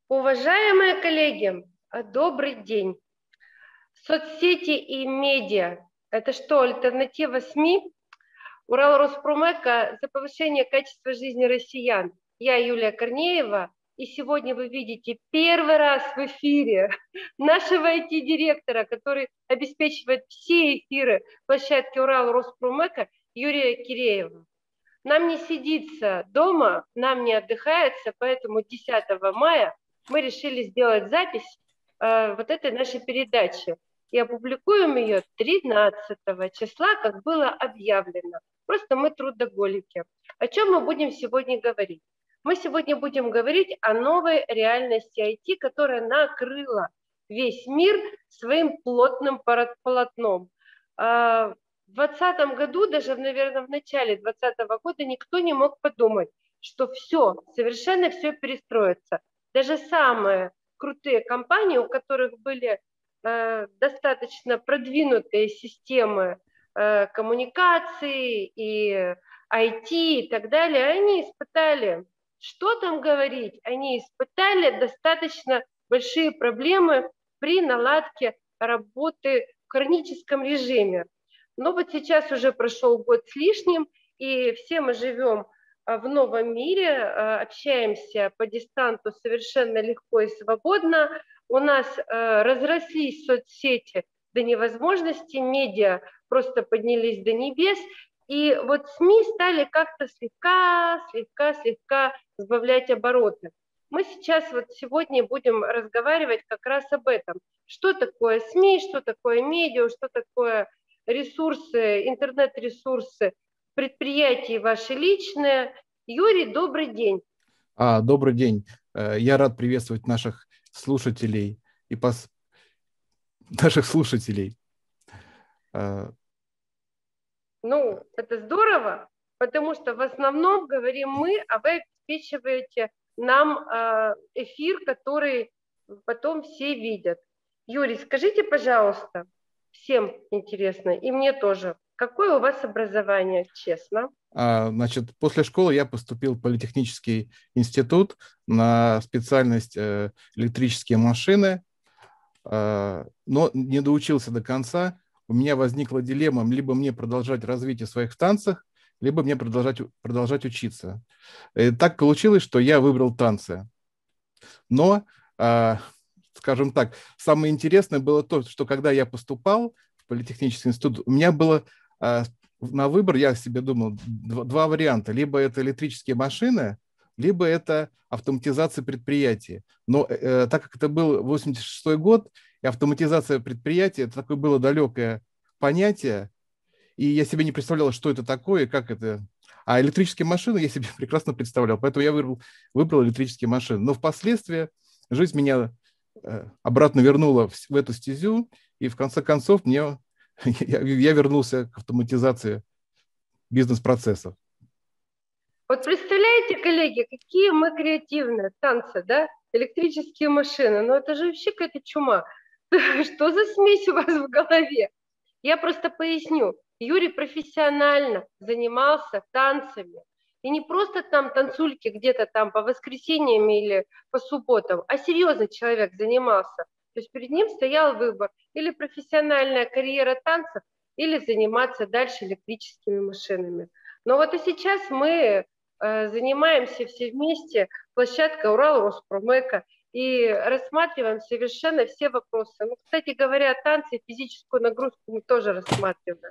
Уважаемые коллеги, добрый день. Соцсети и медиа– это что, альтернатива СМИ? Урал Роспромека за повышение качества жизни россиян. Я Юлия Корнеева, и сегодня вы видите первый раз в эфире нашего IT-директора, который обеспечивает все эфиры площадки Урал Роспромека, Юрия Киреева. Нам не сидится дома, нам не отдыхается, поэтому 10 мая мы решили сделать запись вот этой нашей передачи и опубликуем ее 13 числа, как было объявлено. Просто мы трудоголики. О чем мы будем сегодня говорить? Мы сегодня будем говорить о новой реальности IT, которая накрыла весь мир своим плотным полотном. В 2020 году, даже, наверное, в начале 2020 года никто не мог подумать, что все, совершенно все перестроится. Даже самые крутые компании, у которых были достаточно продвинутые системы коммуникации и IT и так далее, они испытали, что там говорить, они испытали достаточно большие проблемы при наладке работы в хроническом режиме. Но вот сейчас уже прошел год с лишним, и все мы живем в новом мире, общаемся по дистанту совершенно легко и свободно. У нас разрослись соцсети до невозможности, медиа просто поднялись до небес, и вот СМИ стали как-то слегка сбавлять обороты. Мы сейчас вот сегодня будем разговаривать как раз об этом. Что такое СМИ, что такое медиа, что такое ресурсы, интернет-ресурсы, предприятия ваши личные. Юрий, добрый день. Добрый день. Я рад приветствовать наших слушателей и наших слушателей. Ну, это здорово, потому что в основном говорим мы, а вы обеспечиваете нам эфир, который потом все видят. Юрий, скажите, пожалуйста, всем интересно, и мне тоже, какое у вас образование, честно? Значит, после школы я поступил в Политехнический институт на специальность электрические машины, но не доучился до конца. У меня возникла дилемма: либо мне продолжать развитие своих в танцах, либо мне продолжать учиться. И так получилось, что я выбрал танцы. Но, скажем так, самое интересное было то, что когда я поступал в Политехнический институт, у меня было на выбор, я себе думал, два варианта. Либо это электрические машины, либо это автоматизация предприятий. Но так как это был 86-й год, и автоматизация предприятий, это такое было далекое понятие, и я себе не представлял, что это такое, как это. А электрические машины я себе прекрасно представлял, поэтому я выбрал электрические машины. Но впоследствии жизнь меня обратно вернула в эту стезю, и в конце концов я вернулся к автоматизации бизнес-процессов. Вот представляете, коллеги, какие мы креативные, танцы, да, электрические машины, ну это же вообще какая-то чума. Что за смесь у вас в голове? Я просто поясню. Юрий профессионально занимался танцами. И не просто там танцульки где-то там по воскресеньям или по субботам, а серьезно человек занимался. То есть перед ним стоял выбор: или профессиональная карьера танцев, или заниматься дальше электрическими машинами. Но вот и сейчас мы занимаемся все вместе, площадка Урал Роспромека, и рассматриваем совершенно все вопросы. Ну, кстати говоря, танцы, физическую нагрузку мы тоже рассматриваем.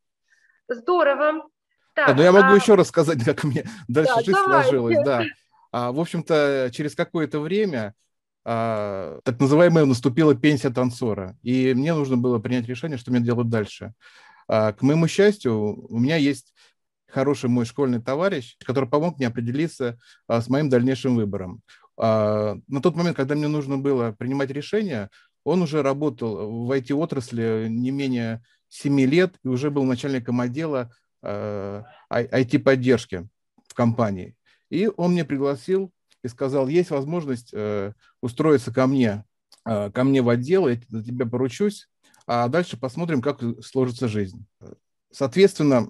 Здорово. Так, но я могу еще рассказать, как у меня дальше жизнь сложилась. Да. В общем-то, через какое-то время так называемая наступила пенсия танцора, и мне нужно было принять решение, что мне делать дальше. К моему счастью, у меня есть хороший мой школьный товарищ, который помог мне определиться с моим дальнейшим выбором. На тот момент, когда мне нужно было принимать решение, он уже работал в IT-отрасли не менее 7 лет и уже был начальником отдела IT-поддержки в компании. И он мне пригласил и сказал: есть возможность устроиться ко мне в отдел, я за тебя поручусь, а дальше посмотрим, как сложится жизнь. Соответственно,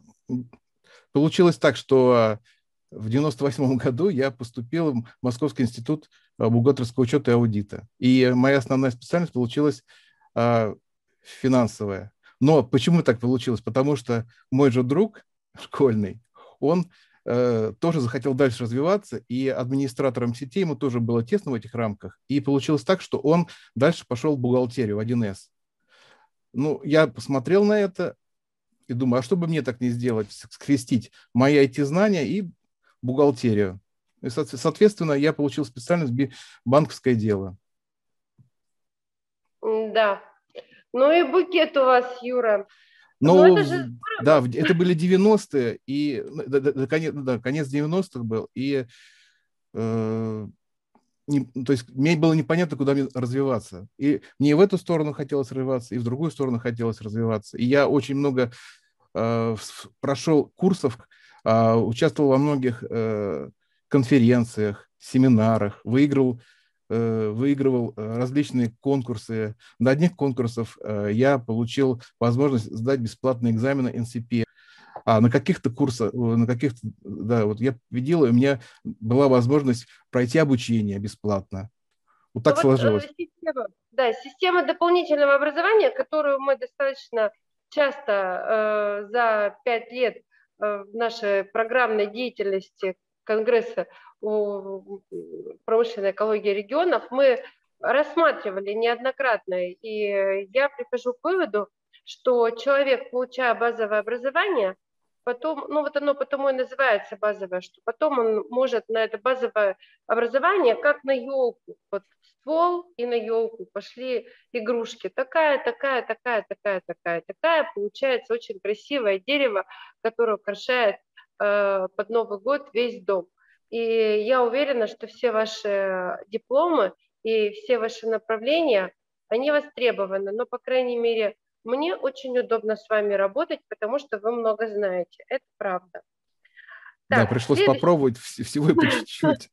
получилось так, что в 1998 году я поступил в Московский институт бухгалтерского учета и аудита. И моя основная специальность получилась финансовая. Но почему так получилось? Потому что мой же друг школьный, он тоже захотел дальше развиваться, и администратором сети ему тоже было тесно в этих рамках. И получилось так, что он дальше пошел в бухгалтерию, в 1С. Ну, я посмотрел на это и думаю, а что бы мне так не сделать, скрестить мои IT-знания и бухгалтерию. И, соответственно, я получил специальность банковское дело. Да. Ну и букет у вас, Юра. Но Но это же да, здорово. это были 90-е, и конец 90-х был, и то есть мне было непонятно, куда мне развиваться. И мне в эту сторону хотелось развиваться, и в другую сторону хотелось развиваться. И я очень много прошел курсов, участвовал во многих конференциях, семинарах, выигрывал различные конкурсы. На одних конкурсах я получил возможность сдать бесплатные экзамены NCP. А на каких-то курсах, да, вот я победил, и у меня была возможность пройти обучение бесплатно. Вот Ну так вот сложилось. система дополнительного образования, которую мы достаточно часто за 5 лет в нашей программной деятельности Конгресса промышленной экологии регионов мы рассматривали неоднократно. И я прихожу к выводу, что человек, получая базовое образование, потом, ну вот оно потому и называется базовое, что потом он может на это базовое образование, как на елку, вот ствол и на елку пошли игрушки, такая, такая, такая, такая, такая, такая, получается очень красивое дерево, которое украшает под Новый год весь дом. И я уверена, что все ваши дипломы и все ваши направления, они востребованы, но, по крайней мере, мне очень удобно с вами работать, потому что вы много знаете. Это правда. Да, Так, пришлось попробовать всего и по чуть-чуть.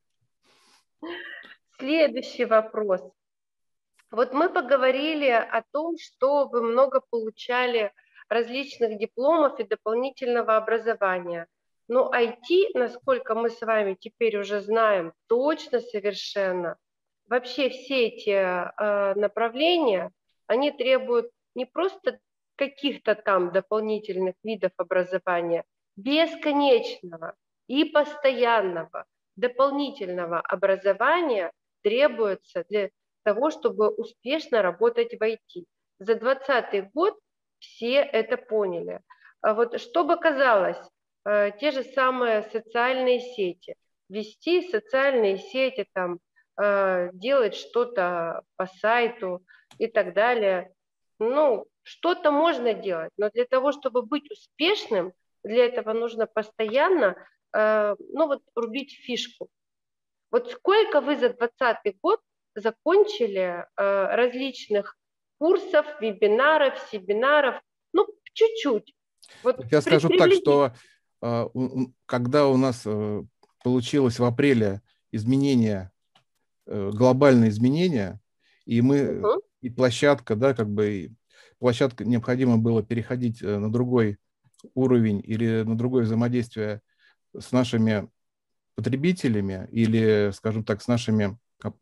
следующий вопрос. Вот мы поговорили о том, что вы много получали различных дипломов и дополнительного образования. Но IT, насколько мы с вами теперь уже знаем, точно совершенно. Вообще все эти направления, они требуют не просто каких-то там дополнительных видов образования, бесконечного и постоянного дополнительного образования требуется для того, чтобы успешно работать в IT. За 2020 год все это поняли. А вот что бы казалось, те же самые социальные сети, вести социальные сети, там, делать что-то по сайту и так далее. Ну, что-то можно делать, но для того, чтобы быть успешным, для этого нужно постоянно, ну вот, рубить фишку. Вот сколько вы за 2020 год закончили различных курсов, вебинаров, семинаров? Ну, чуть-чуть. Вот Я скажу так, приблизительно. что когда у нас получилось в апреле изменения, глобальные изменения, и мы, Угу, и площадка, да, как бы площадка необходимо было переходить на другой уровень или на другое взаимодействие с нашими потребителями или, скажем так, с нашими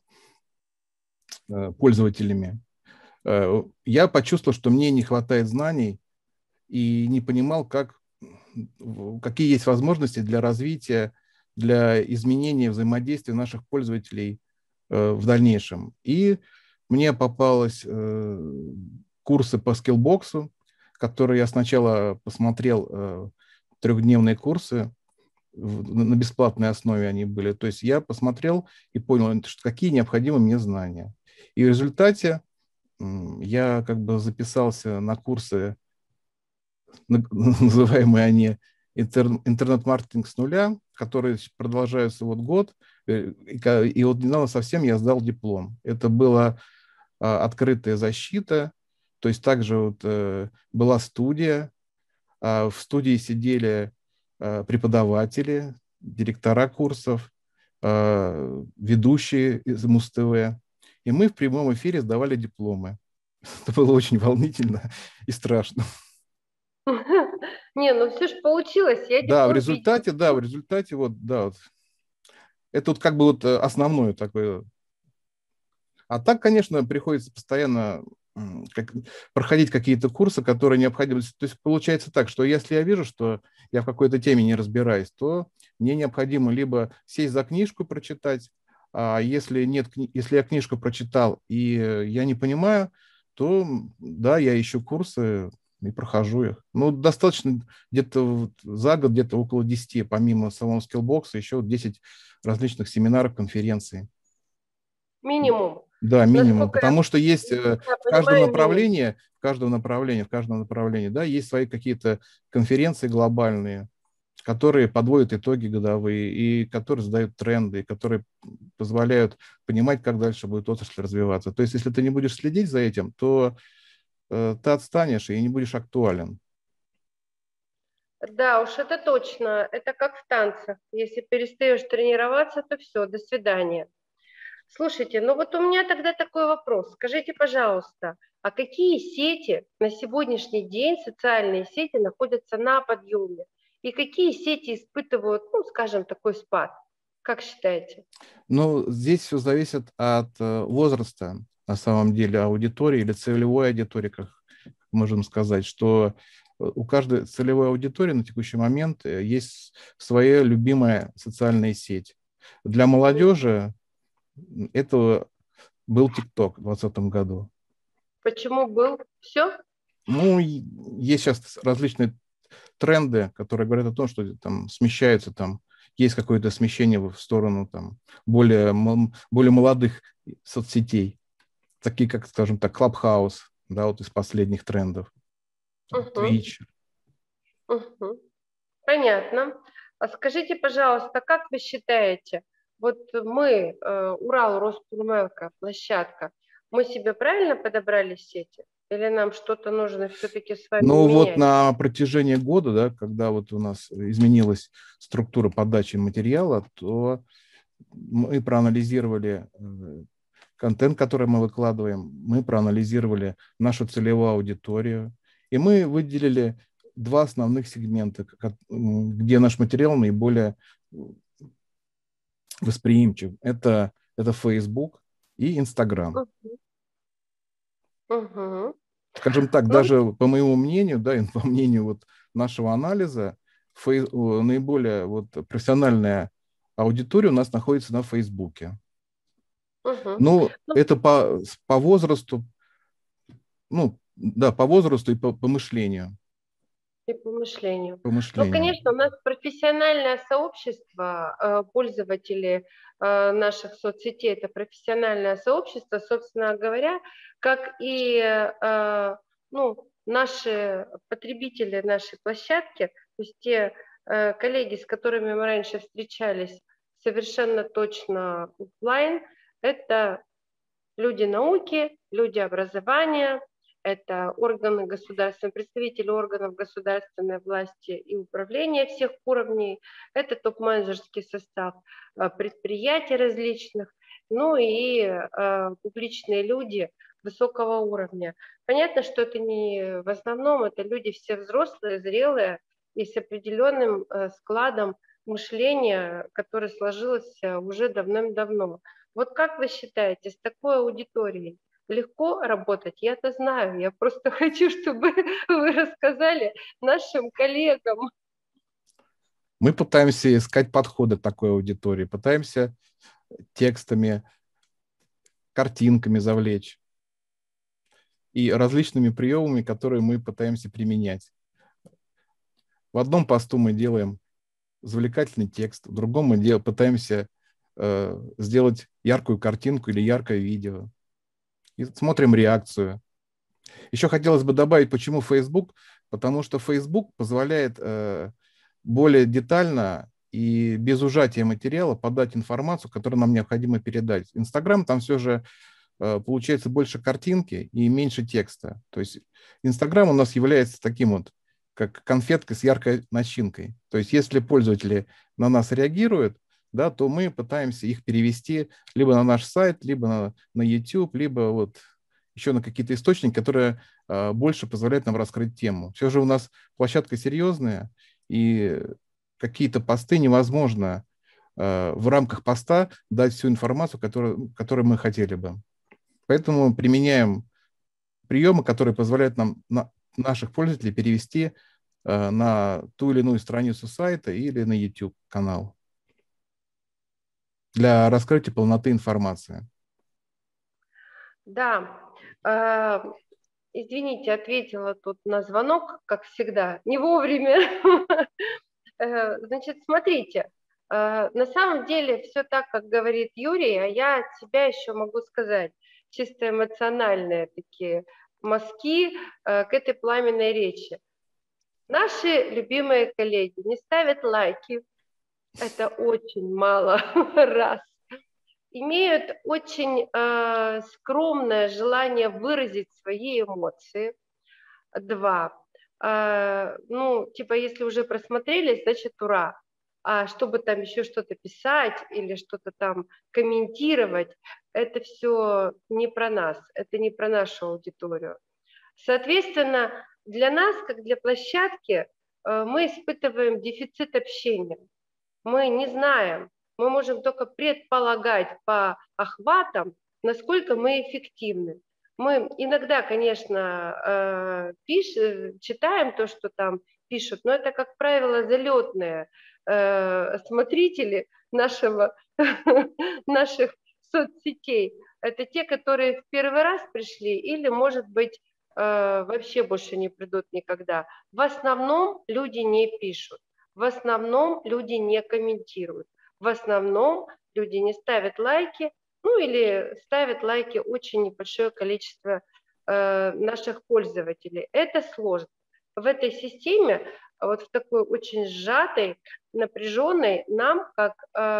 пользователями, я почувствовал, что мне не хватает знаний и не понимал, какие есть возможности для развития, для изменения взаимодействия наших пользователей в дальнейшем. И мне попалось курсы по скиллбоксу, которые я сначала посмотрел, трехдневные курсы, на бесплатной основе они были. То есть я посмотрел и понял, что какие необходимы мне знания. И в результате я как бы записался на курсы, называемые они интернет-маркетинг с нуля, которые продолжаются вот год. И вот недавно совсем я сдал диплом. Это была открытая защита, то есть также вот была студия, в студии сидели преподаватели, директора курсов, ведущие из Муз-ТВ, и мы в прямом эфире сдавали дипломы. Это было очень волнительно и страшно. Не, ну все же получилось, я Да, диплом видела. в результате вот, да, вот. Это вот как бы вот основное такое. А так, конечно, приходится постоянно проходить какие-то курсы, которые необходимы. То есть получается так, что если я вижу, что я в какой-то теме не разбираюсь, то мне необходимо либо сесть за книжку прочитать, а если нет, если я книжку прочитал и я не понимаю, то да, я ищу курсы и прохожу их. Ну, достаточно где-то за год, где-то около 10, помимо самого скиллбокса, еще 10 различных семинаров, конференций. Минимум. Да, минимум, Насколько потому что есть я в каждом понимаю, минимум. направлении, в каждом направлении, да, есть свои какие-то конференции глобальные, которые подводят итоги годовые и которые задают тренды, и которые позволяют понимать, как дальше будет отрасль развиваться. То есть, если ты не будешь следить за этим, то ты отстанешь и не будешь актуален. Да уж, это точно. Это как в танцах. Если перестаешь тренироваться, то все, до свидания. Слушайте, ну вот у меня тогда такой вопрос. Скажите, пожалуйста, а какие сети на сегодняшний день, социальные сети, находятся на подъеме? И какие сети испытывают, ну, скажем, такой спад? Как считаете? Ну, здесь все зависит от возраста, на самом деле, аудитории или целевой аудитории, как можем сказать, что у каждой целевой аудитории на текущий момент есть своя любимая социальная сеть. Для молодежи это был ТикТок в 2020 году. Почему был? Все? Ну, есть сейчас различные тренды, которые говорят о том, что там смещаются, там есть какое-то смещение в сторону там более молодых соцсетей, такие как, скажем так, Clubhouse, да, вот из последних трендов, Угу, Twitch. угу. Понятно. А скажите, пожалуйста, как вы считаете, вот мы, Урал, Роспромелка, площадка, мы себе правильно подобрали сети? Или нам что-то нужно все-таки с вами Ну вот менять? на протяжении года, да, когда вот у нас изменилась структура подачи материала, то мы проанализировали контент, который мы выкладываем, мы проанализировали нашу целевую аудиторию, и мы выделили два основных сегмента, где наш материал наиболее восприимчив. Это Facebook и Instagram. Угу. Скажем так, Ну, даже по моему мнению, да, и по мнению вот нашего анализа, наиболее вот профессиональная аудитория у нас находится на Фейсбуке. угу. Ну, это по возрасту, ну, да, по возрасту и по мышлению. И по мышлению. По Ну, мышлению. конечно, у нас профессиональное сообщество, пользователи наших соцсетей, это профессиональное сообщество, собственно говоря, как и ну, наши потребители нашей площадки, то есть те коллеги, с которыми мы раньше встречались совершенно точно оффлайн, это люди науки, люди образования, это органы государственные, представители органов государственной власти и управления всех уровней, это топ-менеджерский состав предприятий различных, ну и публичные люди высокого уровня. Понятно, что это не в основном, это люди все взрослые, зрелые и с определенным складом мышления, которое сложилось уже давным-давно. Вот как вы считаете, с такой аудиторией легко работать? Я-то знаю, я просто хочу, чтобы вы рассказали нашим коллегам. Мы пытаемся искать подходы к такой аудитории, пытаемся текстами, картинками завлечь и различными приемами, которые мы пытаемся применять. В одном посту мы делаем завлекательный текст, в другом мы пытаемся сделать яркую картинку или яркое видео. И смотрим реакцию. Еще хотелось бы добавить, почему Facebook, потому что Facebook позволяет более детально и без ужатия материала подать информацию, которую нам необходимо передать. Инстаграм, там все же получается больше картинки и меньше текста. То есть Инстаграм у нас является таким вот, как конфеткой с яркой начинкой. То есть если пользователи на нас реагируют, да, то мы пытаемся их перевести либо на наш сайт, либо на YouTube, либо вот еще на какие-то источники, которые больше позволяют нам раскрыть тему. Все же у нас площадка серьезная, и какие-то посты невозможно в рамках поста дать всю информацию, которую мы хотели бы. Поэтому применяем приемы, которые позволяют нам наших пользователей перевести на ту или иную страницу сайта или на YouTube-канал для раскрытия полноты информации. Да, извините, ответила тут на звонок, как всегда, не вовремя. Значит, смотрите, на самом деле все так, как говорит Юрий, а я от себя еще могу сказать, чисто эмоциональные такие мазки к этой пламенной речи. Наши любимые коллеги не ставят лайки, это очень мало раз, имеют очень скромное желание выразить свои эмоции, 2. Ну, типа, если уже просмотрели, значит, ура. А чтобы там еще что-то писать или что-то там комментировать, это все не про нас, это не про нашу аудиторию. Соответственно, для нас, как для площадки, мы испытываем дефицит общения. Мы не знаем, мы можем только предполагать по охватам, насколько мы эффективны. Мы иногда, конечно, читаем то, что там пишут, но это, как правило, залетные смотрители наших соцсетей. Это те, которые в первый раз пришли или, может быть, вообще больше не придут никогда. В основном люди не пишут. В основном люди не комментируют. В основном люди не ставят лайки, ну или ставят лайки очень небольшое количество наших пользователей. Это сложно. В этой системе, вот в такой очень сжатой, напряженной, нам, как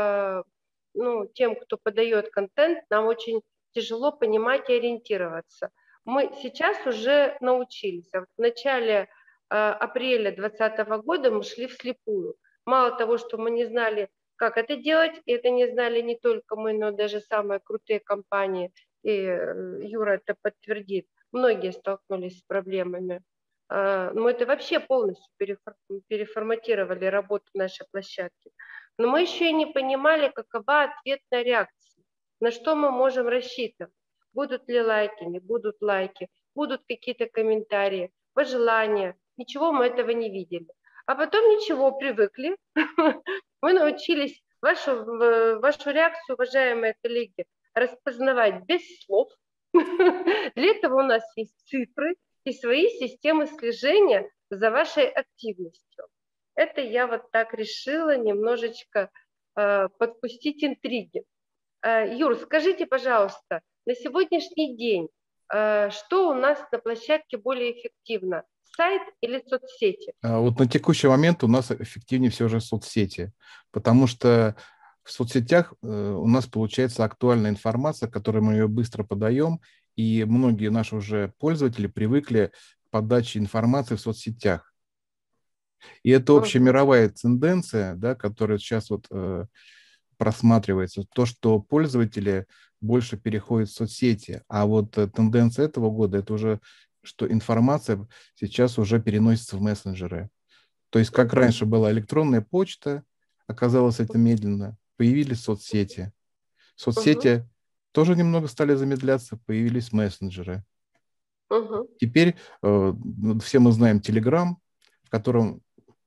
тем, кто подает контент, нам очень тяжело понимать и ориентироваться. Мы сейчас уже научились. А вот в начале апреля 2020 года мы шли вслепую. Мало того, что мы не знали, как это делать, и это не знали не только мы, но даже самые крутые компании, и Юра это подтвердит, многие столкнулись с проблемами. Мы это вообще полностью переформатировали работу нашей площадки. Но мы еще и не понимали, какова ответная реакция, на что мы можем рассчитывать. Будут ли лайки, не будут лайки, будут какие-то комментарии, пожелания. Ничего мы этого не видели. А потом ничего, привыкли. Мы научились вашу реакцию, уважаемые коллеги, распознавать без слов. Для этого у нас есть цифры и свои системы слежения за вашей активностью. Это я вот так решила немножечко подпустить интриги. Юр, скажите, пожалуйста, на сегодняшний день что у нас на площадке более эффективно? Сайт или соцсети? Вот на текущий момент у нас эффективнее все же соцсети, потому что в соцсетях у нас получается актуальная информация, которую мы ее быстро подаем, и многие наши уже пользователи привыкли к подаче информации в соцсетях. И это общемировая тенденция, да, которая сейчас вот просматривается, то, что пользователи больше переходят в соцсети, а вот тенденция этого года – это уже, что информация сейчас уже переносится в мессенджеры. То есть как раньше была электронная почта, оказалось это медленно, появились соцсети. Соцсети тоже немного стали замедляться, появились мессенджеры. Теперь все мы знаем Telegram, в котором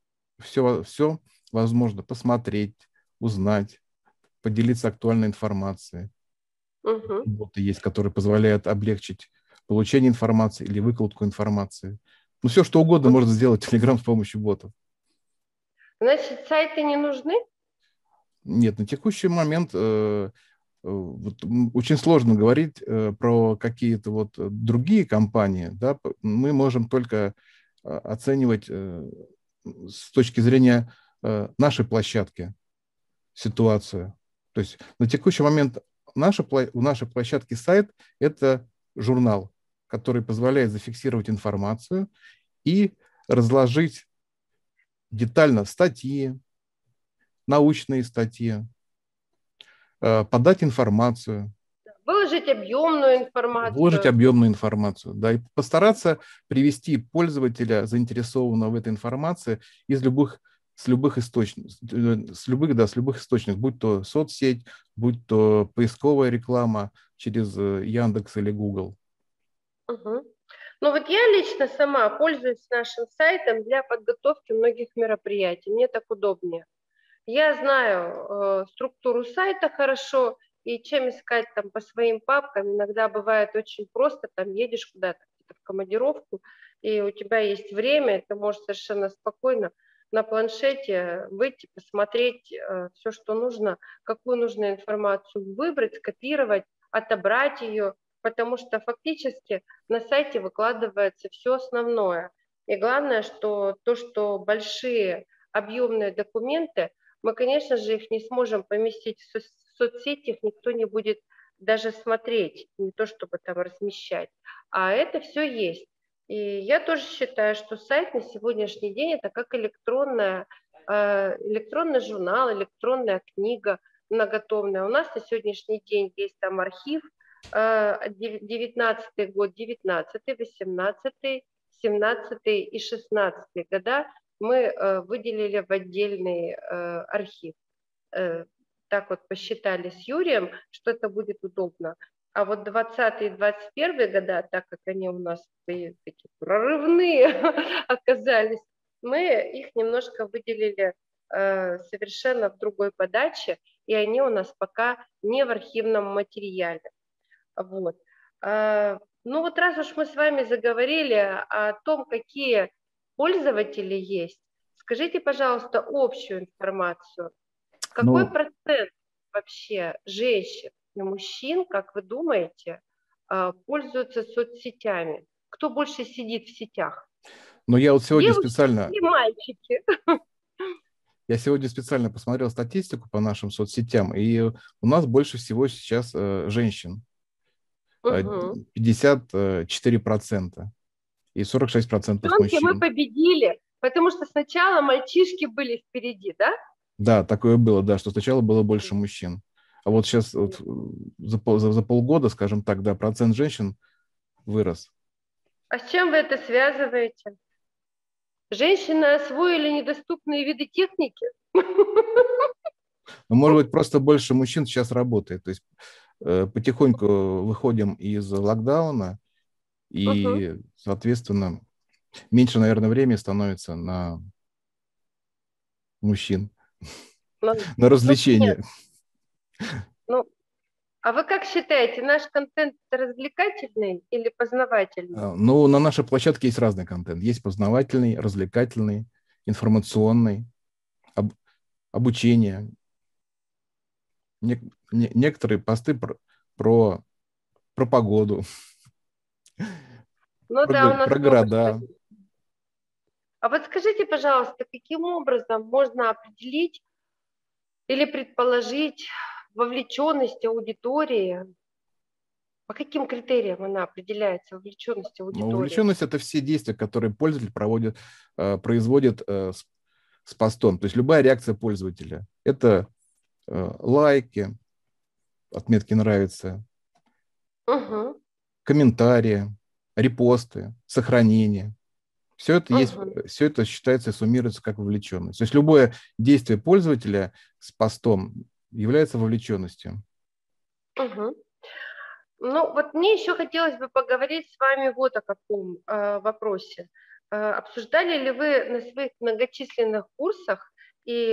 все возможно посмотреть, узнать, поделиться актуальной информацией. Боты есть, которые позволяют облегчить получение информации или выкладку информации. Ну, все, что угодно может сделать Telegram с помощью ботов. Значит, сайты не нужны? Нет, на текущий момент очень сложно говорить про какие-то вот другие компании. Да? Мы можем только оценивать с точки зрения нашей площадки ситуацию. То есть на текущий момент у нашей площадки сайт – это журнал, который позволяет зафиксировать информацию и разложить детально статьи, научные статьи, подать информацию. Выложить объемную информацию. Выложить объемную информацию, да, и постараться привести пользователя, заинтересованного в этой информации, с любых источников, будь то соцсеть, будь то поисковая реклама, через Яндекс или Google. Угу. Ну вот я лично сама пользуюсь нашим сайтом для подготовки многих мероприятий. Мне так удобнее. Я знаю структуру сайта хорошо, и чем искать там по своим папкам. Иногда бывает очень просто, там едешь куда-то в командировку, и у тебя есть время, ты можешь совершенно спокойно на планшете выйти, посмотреть все, что нужно, какую нужно информацию выбрать, скопировать, отобрать ее, потому что фактически на сайте выкладывается все основное. И главное, что то, что большие объемные документы, мы, конечно же, их не сможем поместить в соцсети, их никто не будет даже смотреть, не то чтобы там размещать. А это все есть. И я тоже считаю, что сайт на сегодняшний день это как электронный журнал, электронная книга многотомная. У нас на сегодняшний день есть там архив, 19 год, 19, 18, 17 и 16 года мы выделили в отдельный архив. Так вот посчитали с Юрием, что это будет удобно. А вот 20 и 21 года, так как они у нас такие прорывные оказались, мы их немножко выделили совершенно в другой подаче, и они у нас пока не в архивном материале. Вот. Ну вот раз уж мы с вами заговорили о том, какие пользователи есть, скажите, пожалуйста, общую информацию. Какой Ну, процент вообще женщин и мужчин, как вы думаете, пользуются соцсетями? Кто больше сидит в сетях? но я вот сегодня Девушки специально, или мальчики? я сегодня специально посмотрел статистику по нашим соцсетям, и у нас больше всего сейчас женщин. Угу. 54% и 46% Девчонки, мы мужчин. победили, потому что сначала мальчишки были впереди, да? Да, такое было, да, что сначала было больше мужчин. А вот сейчас вот за полгода, скажем так, да, процент женщин вырос. А с чем вы это связываете? Женщины освоили недоступные виды техники? Но, может быть, просто больше мужчин сейчас работает. То есть потихоньку выходим из локдауна, Угу. и, соответственно, меньше, наверное, времени становится на мужчин, на Ну, нет, развлечения. ну, а вы как считаете, наш контент развлекательный или познавательный? Ну, на нашей площадке есть разный контент. Есть познавательный, развлекательный, информационный, об- обучение. Некоторые посты про, про погоду, Ну да, у нас про много что города. есть. А вот скажите, пожалуйста, каким образом можно определить или предположить вовлеченность аудитории? По каким критериям она определяется, вовлеченность Но аудитории? вовлеченность – это все действия, которые пользователь производит с постом. То есть любая реакция пользователя. Это лайки, отметки «нравится», Угу, комментарии, репосты, сохранения. Все это есть, угу, все это считается и суммируется как вовлеченность. То есть любое действие пользователя с постом является вовлеченностью. угу. Ну, вот мне еще хотелось бы поговорить с вами вот о каком вопросе. Обсуждали ли вы на своих многочисленных курсах и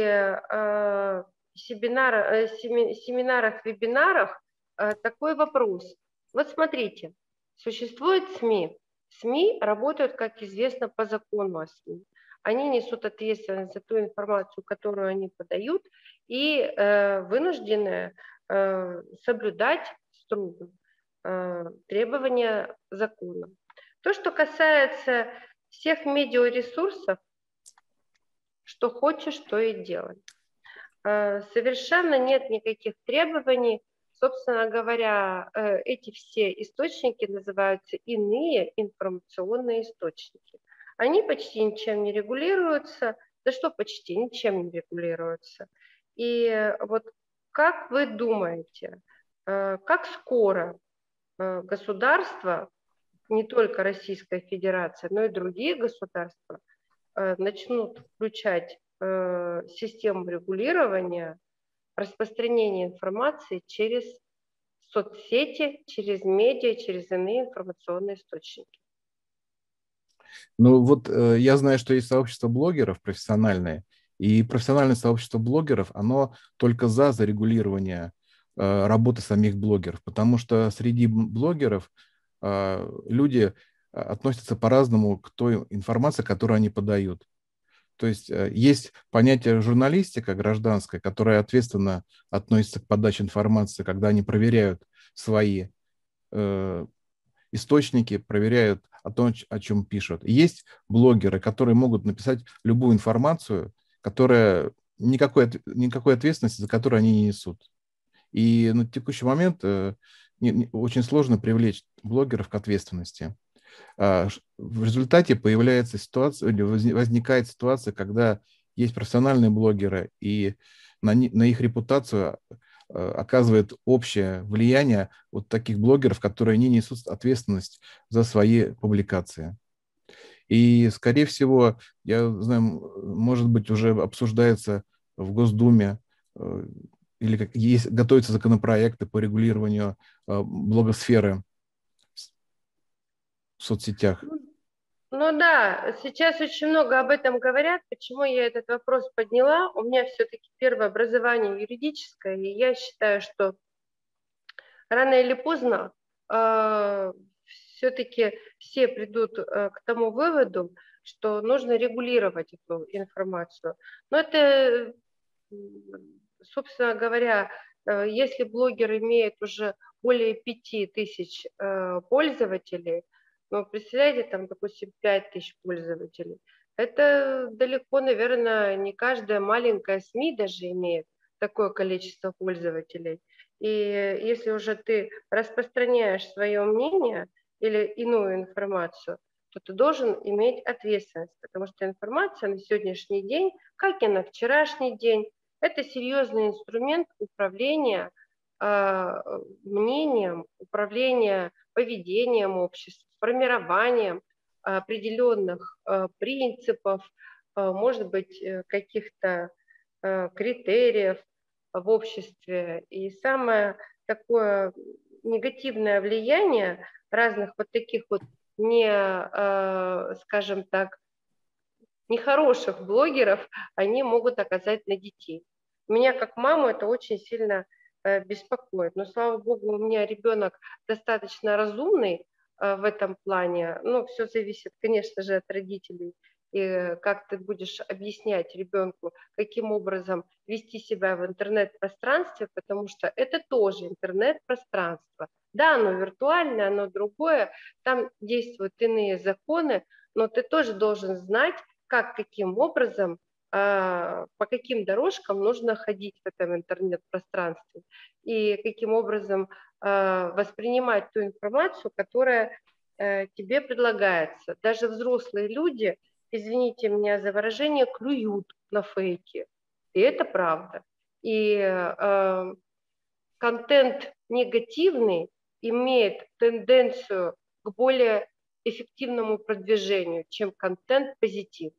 семинарах, вебинарах такой вопрос? Вот смотрите, существует СМИ. СМИ работают, как известно, по закону о СМИ. Они несут ответственность за ту информацию, которую они подают, и вынуждены соблюдать строго требования закона. То, что касается всех медиаресурсов, что хочешь, то и делай. Совершенно нет никаких требований. Собственно говоря, эти все источники называются иные информационные источники. Они почти ничем не регулируются. Да что почти ничем не регулируются. И вот как вы думаете, как скоро государства, не только Российская Федерация, но и другие государства начнут включать систему регулирования распространения информации через соцсети, через медиа, через иные информационные источники. Ну вот я знаю, что есть сообщество блогеров профессиональное, и профессиональное сообщество блогеров, оно только за зарегулирование работы самих блогеров, потому что среди блогеров люди относятся по-разному к той информации, которую они подают. То есть есть понятие журналистика гражданская, которая ответственно относится к подаче информации, когда они проверяют свои э, источники, проверяют о том, о чем пишут. И есть блогеры, которые могут написать любую информацию, которая никакой ответственности, за которую они не несут. И на текущий момент очень сложно привлечь блогеров к ответственности. В результате появляется ситуация, или возникает ситуация, когда есть профессиональные блогеры, и на их репутацию оказывает общее влияние вот таких блогеров, которые не несут ответственность за свои публикации. И, скорее всего, я знаю, может быть, уже обсуждается в Госдуме или готовятся законопроекты по регулированию блогосферы в соцсетях. Ну да, сейчас очень много об этом говорят. Почему я этот вопрос подняла? У меня все-таки первое образование юридическое, и я считаю, что рано или поздно все-таки все придут к тому выводу, что нужно регулировать эту информацию. Но это, собственно говоря, если блогер имеет уже более 5000 пользователей, ну, представляете, там, допустим, 5000 пользователей, это далеко, наверное, не каждая маленькая СМИ даже имеет такое количество пользователей. И если уже ты распространяешь свое мнение или иную информацию, то ты должен иметь ответственность, потому что информация на сегодняшний день, как и на вчерашний день, это серьезный инструмент управления мнением, управления поведением общества, формированием определенных принципов, может быть, каких-то критериев в обществе. И самое такое негативное влияние разных вот таких вот скажем так, нехороших блогеров, они могут оказать на детей. Меня как маму это очень сильно беспокоит. Но, слава богу, у меня ребенок достаточно разумный в этом плане. Ну, все зависит, конечно же, от родителей. И как ты будешь объяснять ребенку, каким образом вести себя в интернет-пространстве, потому что это тоже интернет-пространство. Да, оно виртуальное, оно другое, там действуют иные законы, но ты тоже должен знать, как, каким образом, по каким дорожкам нужно ходить в этом интернет-пространстве и каким образом воспринимать ту информацию, которая тебе предлагается. Даже взрослые люди, извините меня за выражение, клюют на фейки. И это правда. И контент негативный имеет тенденцию к более эффективному продвижению, чем контент позитив.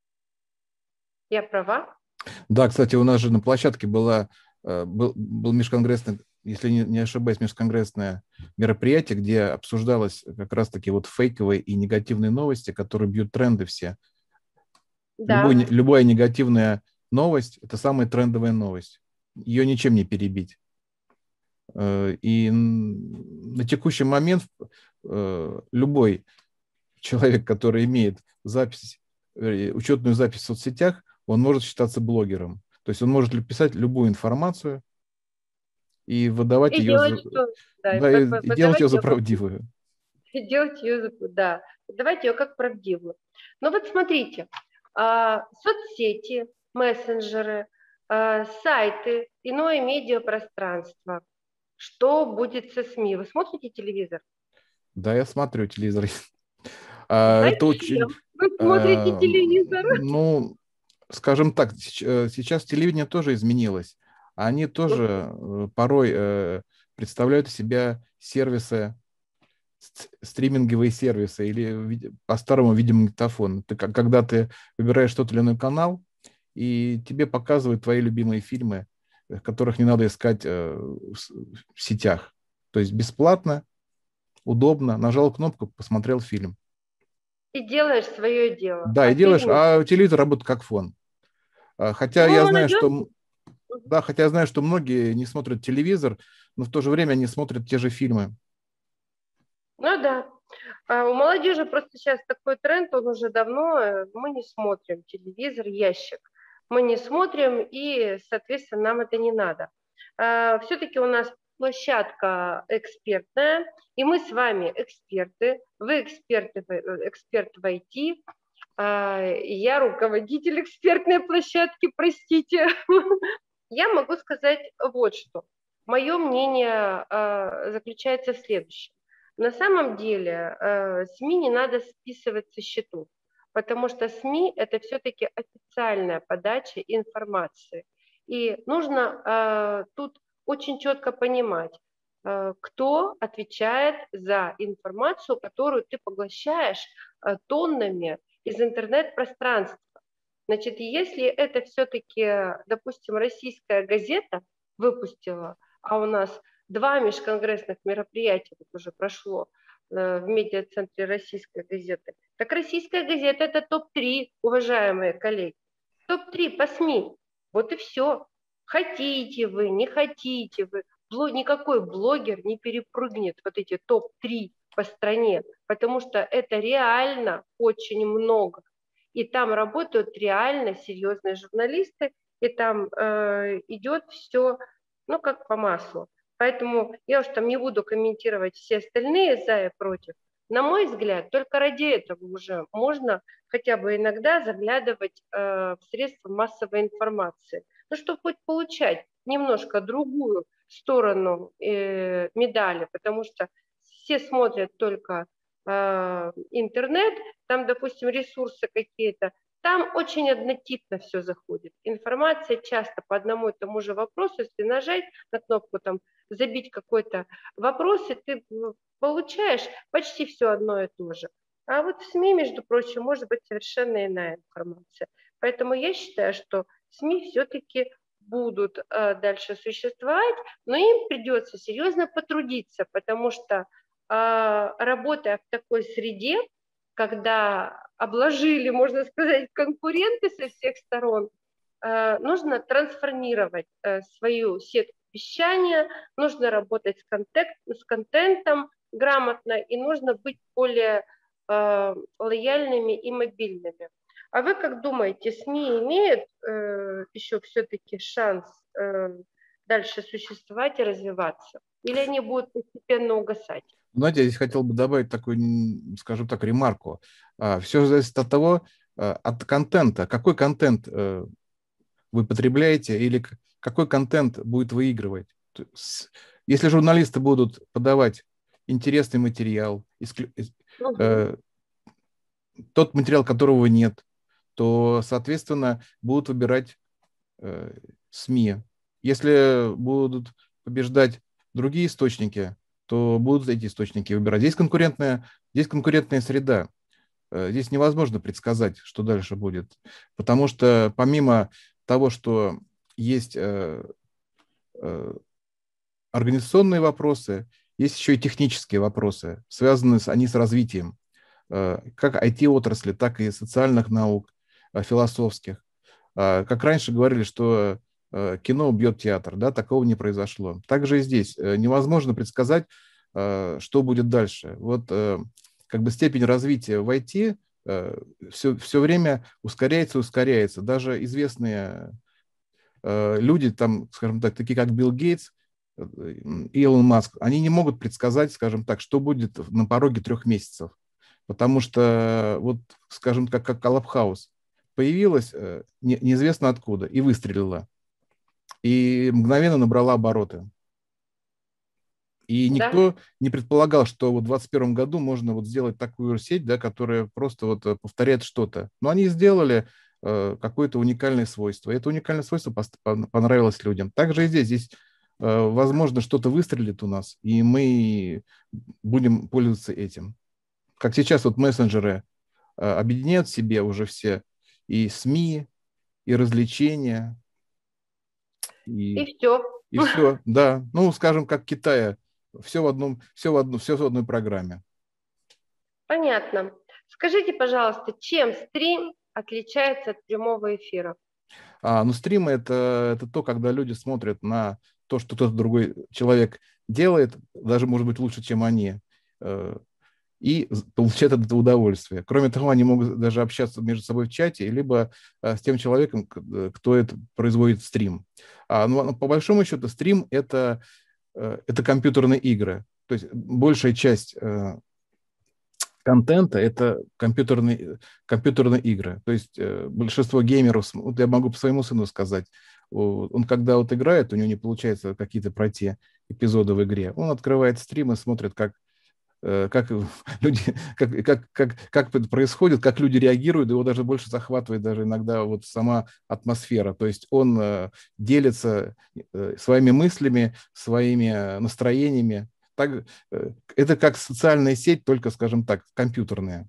Я права? Да, кстати, у нас же на площадке был межконгрессный, если не ошибаюсь, межконгрессное мероприятие, где обсуждалось как раз-таки вот фейковые и негативные новости, которые бьют тренды все. Да. Любая негативная новость – это самая трендовая новость. Ее ничем не перебить. И на текущий момент любой человек, который имеет учетную запись в соцсетях, он может считаться блогером. То есть он может писать любую информацию и выдавать И ее, делать, что, да, и делать ее за ее правдивую. делать ее, да, давайте ее как правдивую. Но вот смотрите, соцсети, мессенджеры, сайты, иное медиапространство. Что будет со СМИ? Вы смотрите телевизор? Да, я смотрю телевизор. Это очень, Зачем вы смотрите телевизор? ну, скажем так, сейчас телевидение тоже изменилось. Они тоже порой представляют из себя сервисы, стриминговые сервисы или по-старому видеомагнитофон. Когда ты выбираешь тот или иной канал, и тебе показывают твои любимые фильмы, которых не надо искать в сетях. То есть бесплатно, удобно, нажал кнопку, посмотрел фильм. И делаешь свое дело. Да, А и делаешь, фильм... а телевизор работает как фон. Хотя Ну, я знаю, молодежь... что, да, хотя я знаю, что многие не смотрят телевизор, но в то же время они смотрят те же фильмы. Ну да. А у молодежи просто сейчас такой тренд, он уже давно, мы не смотрим телевизор, ящик. Мы не смотрим, и, соответственно, нам это не надо. Все-таки у нас площадка экспертная, и мы с вами эксперты. Вы эксперт в IT, я руководитель экспертной площадки, простите. Я могу сказать вот что. Мое мнение заключается в следующем. На самом деле СМИ не надо списывать со счетов, потому что СМИ – это все-таки официальная подача информации. И нужно тут очень четко понимать, кто отвечает за информацию, которую ты поглощаешь тоннами из интернет-пространства. Значит, если это все-таки, допустим, российская газета выпустила, а у нас два межконгрессных мероприятия вот уже прошло в медиацентре российской газеты, так российская газета – это топ-3, уважаемые коллеги. Топ-3 по СМИ. Вот и все. Хотите вы, не хотите вы. Никакой блогер не перепрыгнет вот эти топ-3 по стране, потому что это реально очень много. И там работают реально серьезные журналисты, и там идет все, ну, как по маслу. Поэтому я уж там не буду комментировать все остальные за и против. На мой взгляд, только ради этого уже можно хотя бы иногда заглядывать в средства массовой информации. Ну, чтобы хоть получать немножко другую сторону медали, потому что все смотрят только интернет, там, допустим, ресурсы какие-то, там очень однотипно все заходит. Информация часто по одному и тому же вопросу, если нажать на кнопку там забить какой-то вопрос, и ты получаешь почти все одно и то же. А вот в СМИ, между прочим, может быть совершенно иная информация. Поэтому я считаю, что СМИ все-таки будут дальше существовать, но им придется серьезно потрудиться, потому что работая в такой среде, когда обложили, можно сказать, конкуренты со всех сторон, нужно трансформировать свою сетку вещания, нужно работать с контентом грамотно и нужно быть более лояльными и мобильными. А вы как думаете, СМИ имеют еще все-таки шанс дальше существовать и развиваться? Или они будут постепенно угасать? Знаете, я здесь хотел бы добавить такую, скажем так, ремарку. Все зависит от того, от контента. Какой контент вы потребляете или какой контент будет выигрывать. Если журналисты будут подавать интересный материал, тот материал, которого нет, то, соответственно, будут выбирать СМИ. Если будут побеждать другие источники, то будут эти источники выбирать. Здесь конкурентная среда. Здесь невозможно предсказать, что дальше будет. Потому что помимо того, что есть организационные вопросы, есть еще и технические вопросы, связанные они с развитием как IT-отрасли, так и социальных наук, философских. Как раньше говорили, что кино убьет театр, да, такого не произошло. Также и здесь невозможно предсказать, что будет дальше. Вот как бы степень развития в IT все время ускоряется. Даже известные люди, там, скажем так, такие как Билл Гейтс, Илон Маск, они не могут предсказать, скажем так, что будет на пороге 3 месяцев. Потому что, вот, скажем, как Клабхаус появилась неизвестно откуда и выстрелила. И мгновенно набрала обороты. И Да, никто не предполагал, что вот в 2021 году можно вот сделать такую сеть, да, которая просто вот повторяет что-то. Но они сделали какое-то уникальное свойство. И это уникальное свойство понравилось людям. Также и здесь возможно, что-то выстрелит у нас, и мы будем пользоваться этим. Как сейчас вот мессенджеры объединяют в себе уже все и СМИ, и развлечения, и и все. все, да. Ну, скажем, как Китая все в одной программе. Понятно. Скажите, пожалуйста, чем стрим отличается от прямого эфира? Ну, стримы это то, когда люди смотрят на то, что кто-то другой человек делает, даже, может быть, лучше, чем они, и получают от этого удовольствие. Кроме того, они могут даже общаться между собой в чате, либо с тем человеком, кто это производит стрим. Но по большому счету стрим это компьютерные игры. То есть большая часть контента – это компьютерные игры. То есть большинство геймеров, вот я могу по своему сыну сказать, он когда вот играет, у него не получается какие-то пройти эпизоды в игре, он открывает стрим и смотрит, как люди, как это происходит, как люди реагируют, его даже больше захватывает даже иногда вот сама атмосфера. То есть он делится своими мыслями, своими настроениями. Так, это как социальная сеть, только, скажем так, компьютерная.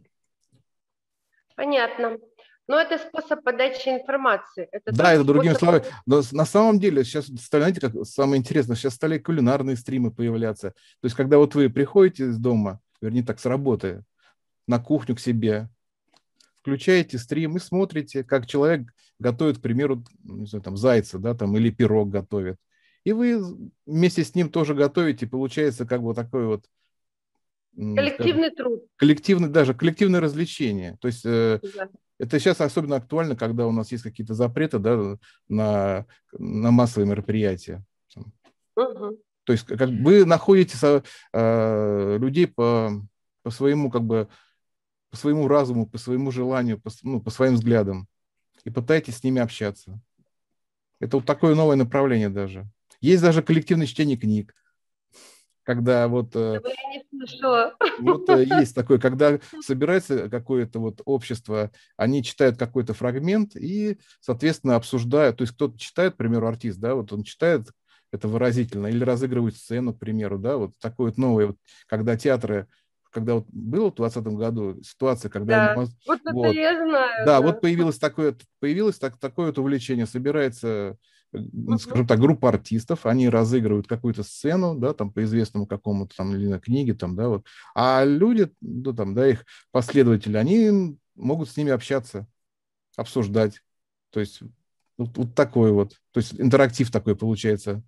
Понятно. Но это способ подачи информации. Это Да, это другими способ... словами. Но на самом деле сейчас, знаете, как самое интересное, сейчас стали кулинарные стримы появляться. То есть когда вот вы приходите из дома, вернее так, с работы, на кухню к себе, включаете стрим и смотрите, как человек готовит, к примеру, не знаю, там, зайца, да, там, или пирог готовит. И вы вместе с ним тоже готовите, получается как бы такой вот, скажем, Коллективный труд. коллективное развлечение. То есть Да. это сейчас особенно актуально, когда у нас есть какие-то запреты, да, на массовые мероприятия. Угу. То есть как вы находите людей по своему, как бы, по своему разуму, по своему желанию, по своим взглядам и пытаетесь с ними общаться. Это вот такое новое направление даже. Есть даже коллективное чтение книг, когда вот... Я не слышала. Вот есть такое, когда собирается какое-то вот общество, они читают какой-то фрагмент и, соответственно, обсуждают. То есть кто-то читает, к примеру, артист, да, вот он читает это выразительно или разыгрывает сцену, к примеру, да, вот такое вот новое, вот, когда театры, когда вот было в 2020 году ситуация, когда они... Да. Вот это Вот, я знаю, да, вот да. такое вот увлечение, собирается, Угу. скажем так, группа артистов, они разыгрывают какую-то сцену, да, там по известному какому-то там или на книге, там, да, вот, а люди, ну, там, да, их последователи, они могут с ними общаться, обсуждать, то есть вот такой вот, то есть интерактив такой получается.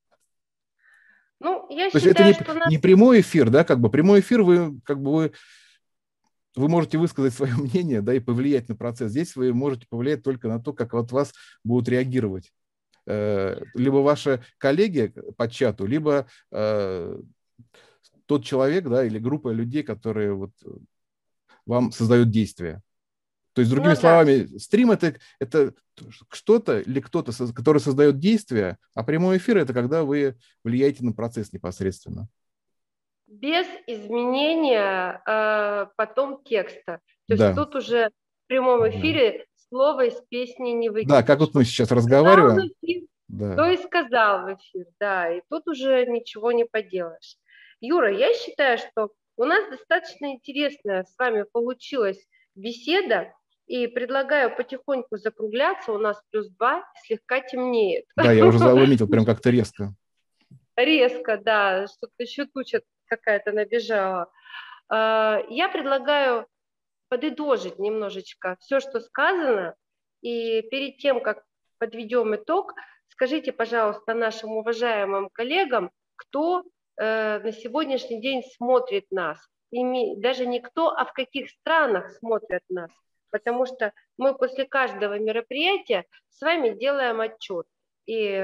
Ну, я То есть это считаю, что нас... не прямой эфир, да, как бы прямой эфир вы как бы вы можете высказать свое мнение, да, и повлиять на процесс. Здесь вы можете повлиять только на то, как вот вас будут реагировать. Либо ваши коллеги по чату, либо тот человек, да, или группа людей, которые вот вам создают действия. То есть, другими Ну да. словами, стрим это что-то или кто-то, который создает действия, а прямой эфир это когда вы влияете на процесс непосредственно. Без изменения потом текста. То есть Да, тут уже в прямом да. эфире слово из песни не Да, как выкинешь. вот мы сейчас Сказал в разговариваем, эфир, то да. и сказал в эфир, да, и тут уже ничего не поделаешь. Юра, я считаю, что у нас достаточно интересная с вами получилась беседа, и предлагаю потихоньку закругляться, у нас +2, слегка темнеет. Да, я уже заметил прям как-то резко. Резко, да, что-то еще туча какая-то набежала. Я предлагаю подытожить немножечко все, что сказано, и перед тем, как подведем итог, скажите, пожалуйста, нашим уважаемым коллегам, кто на сегодняшний день смотрит нас. И даже не кто, а в каких странах смотрят нас. Потому что мы после каждого мероприятия с вами делаем отчет. И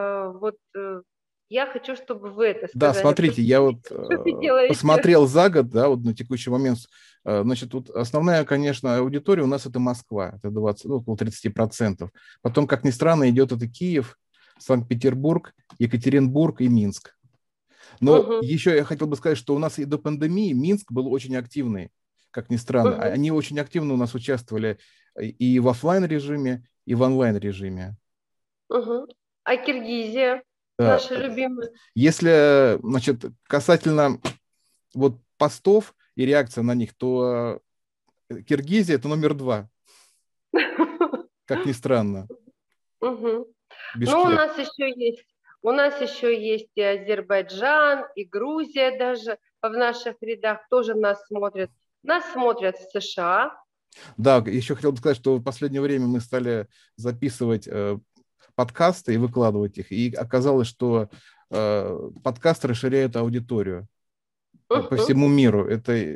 я хочу, чтобы вы это Да, сказали. смотрите, я вот Что вы делаете? посмотрел за год, да, вот на текущий момент. Значит, вот основная, конечно, аудитория у нас это Москва, это 20, ну, около 30%. Потом, как ни странно, идет это Киев, Санкт-Петербург, Екатеринбург и Минск. Но Угу, еще я хотел бы сказать, что у нас и до пандемии Минск был очень активный, как ни странно. угу, Они очень активно у нас участвовали и в офлайн режиме, и в онлайн режиме. угу. А Киргизия, Да. наша любимая? Если, значит, касательно вот постов и реакция на них, то Киргизия – это номер 2, как ни странно. Угу. Ну, у Бишкек. нас еще есть У нас еще есть и Азербайджан, и Грузия даже в наших рядах тоже нас смотрят. Нас смотрят в США. Да, еще хотел бы сказать, что в последнее время мы стали записывать подкасты и выкладывать их. И оказалось, что подкаст расширяет аудиторию по Мгм, всему миру.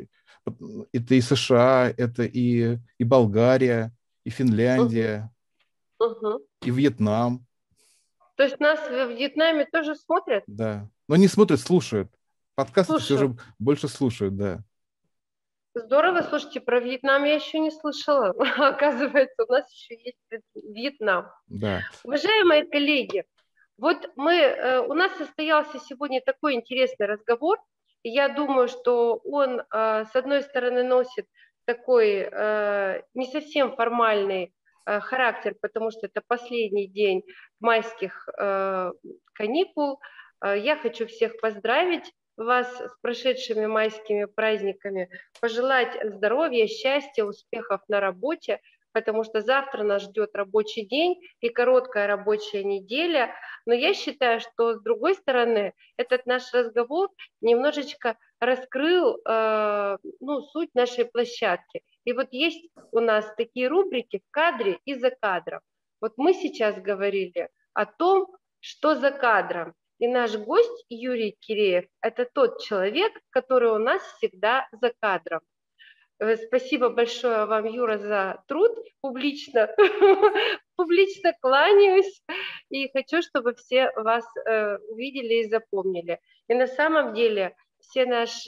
Это и США, это и Болгария, и мгм, Финляндия, мгм. и Вьетнам. То есть нас в Вьетнаме тоже смотрят? Да. Но не смотрят, слушают. Подкасты все Слушаю. же больше слушают, да. Здорово, слушайте, про Вьетнам я еще не слышала. Оказывается, у нас еще есть Вьетнам. Да. Уважаемые коллеги, вот у нас состоялся сегодня такой интересный разговор, и я думаю, что он, с одной стороны, носит такой не совсем формальный характер, потому что это последний день майских каникул. Я хочу всех поздравить вас с прошедшими майскими праздниками, пожелать здоровья, счастья, успехов на работе, потому что завтра нас ждет рабочий день и короткая рабочая неделя. Но я считаю, что с другой стороны, этот наш разговор немножечко раскрыл суть нашей площадки. И вот есть у нас такие рубрики в кадре и за кадром. Вот мы сейчас говорили о том, что за кадром. И наш гость Юрий Киреев – это тот человек, который у нас всегда за кадром. Спасибо большое вам, Юра, за труд. Публично, публично кланяюсь и хочу, чтобы все вас увидели и запомнили. И на самом деле все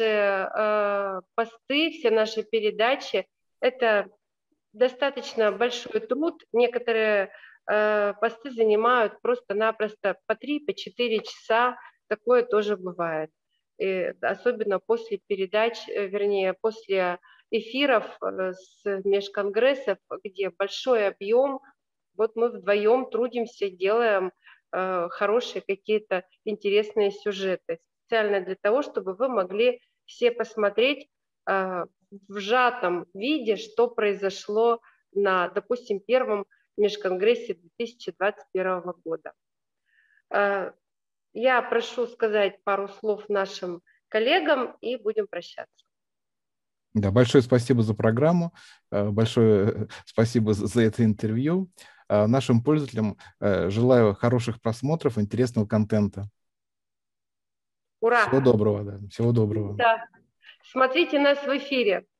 наши посты, все наши передачи – это достаточно большой труд. Некоторые посты занимают просто-напросто по 3-4 часа. Такое тоже бывает. И особенно после передач, вернее, после эфиров с межконгрессов, где большой объем. Вот мы вдвоем трудимся, делаем хорошие какие-то интересные сюжеты. Специально для того, чтобы вы могли все посмотреть в сжатом виде, что произошло на, допустим, первом межконгрессе 2021 года. Я прошу сказать пару слов нашим коллегам и будем прощаться. Да, большое спасибо за программу, большое спасибо за это интервью. Нашим пользователям желаю хороших просмотров, интересного контента. Ура! Всего доброго, да, всего доброго. Да. Смотрите нас в эфире.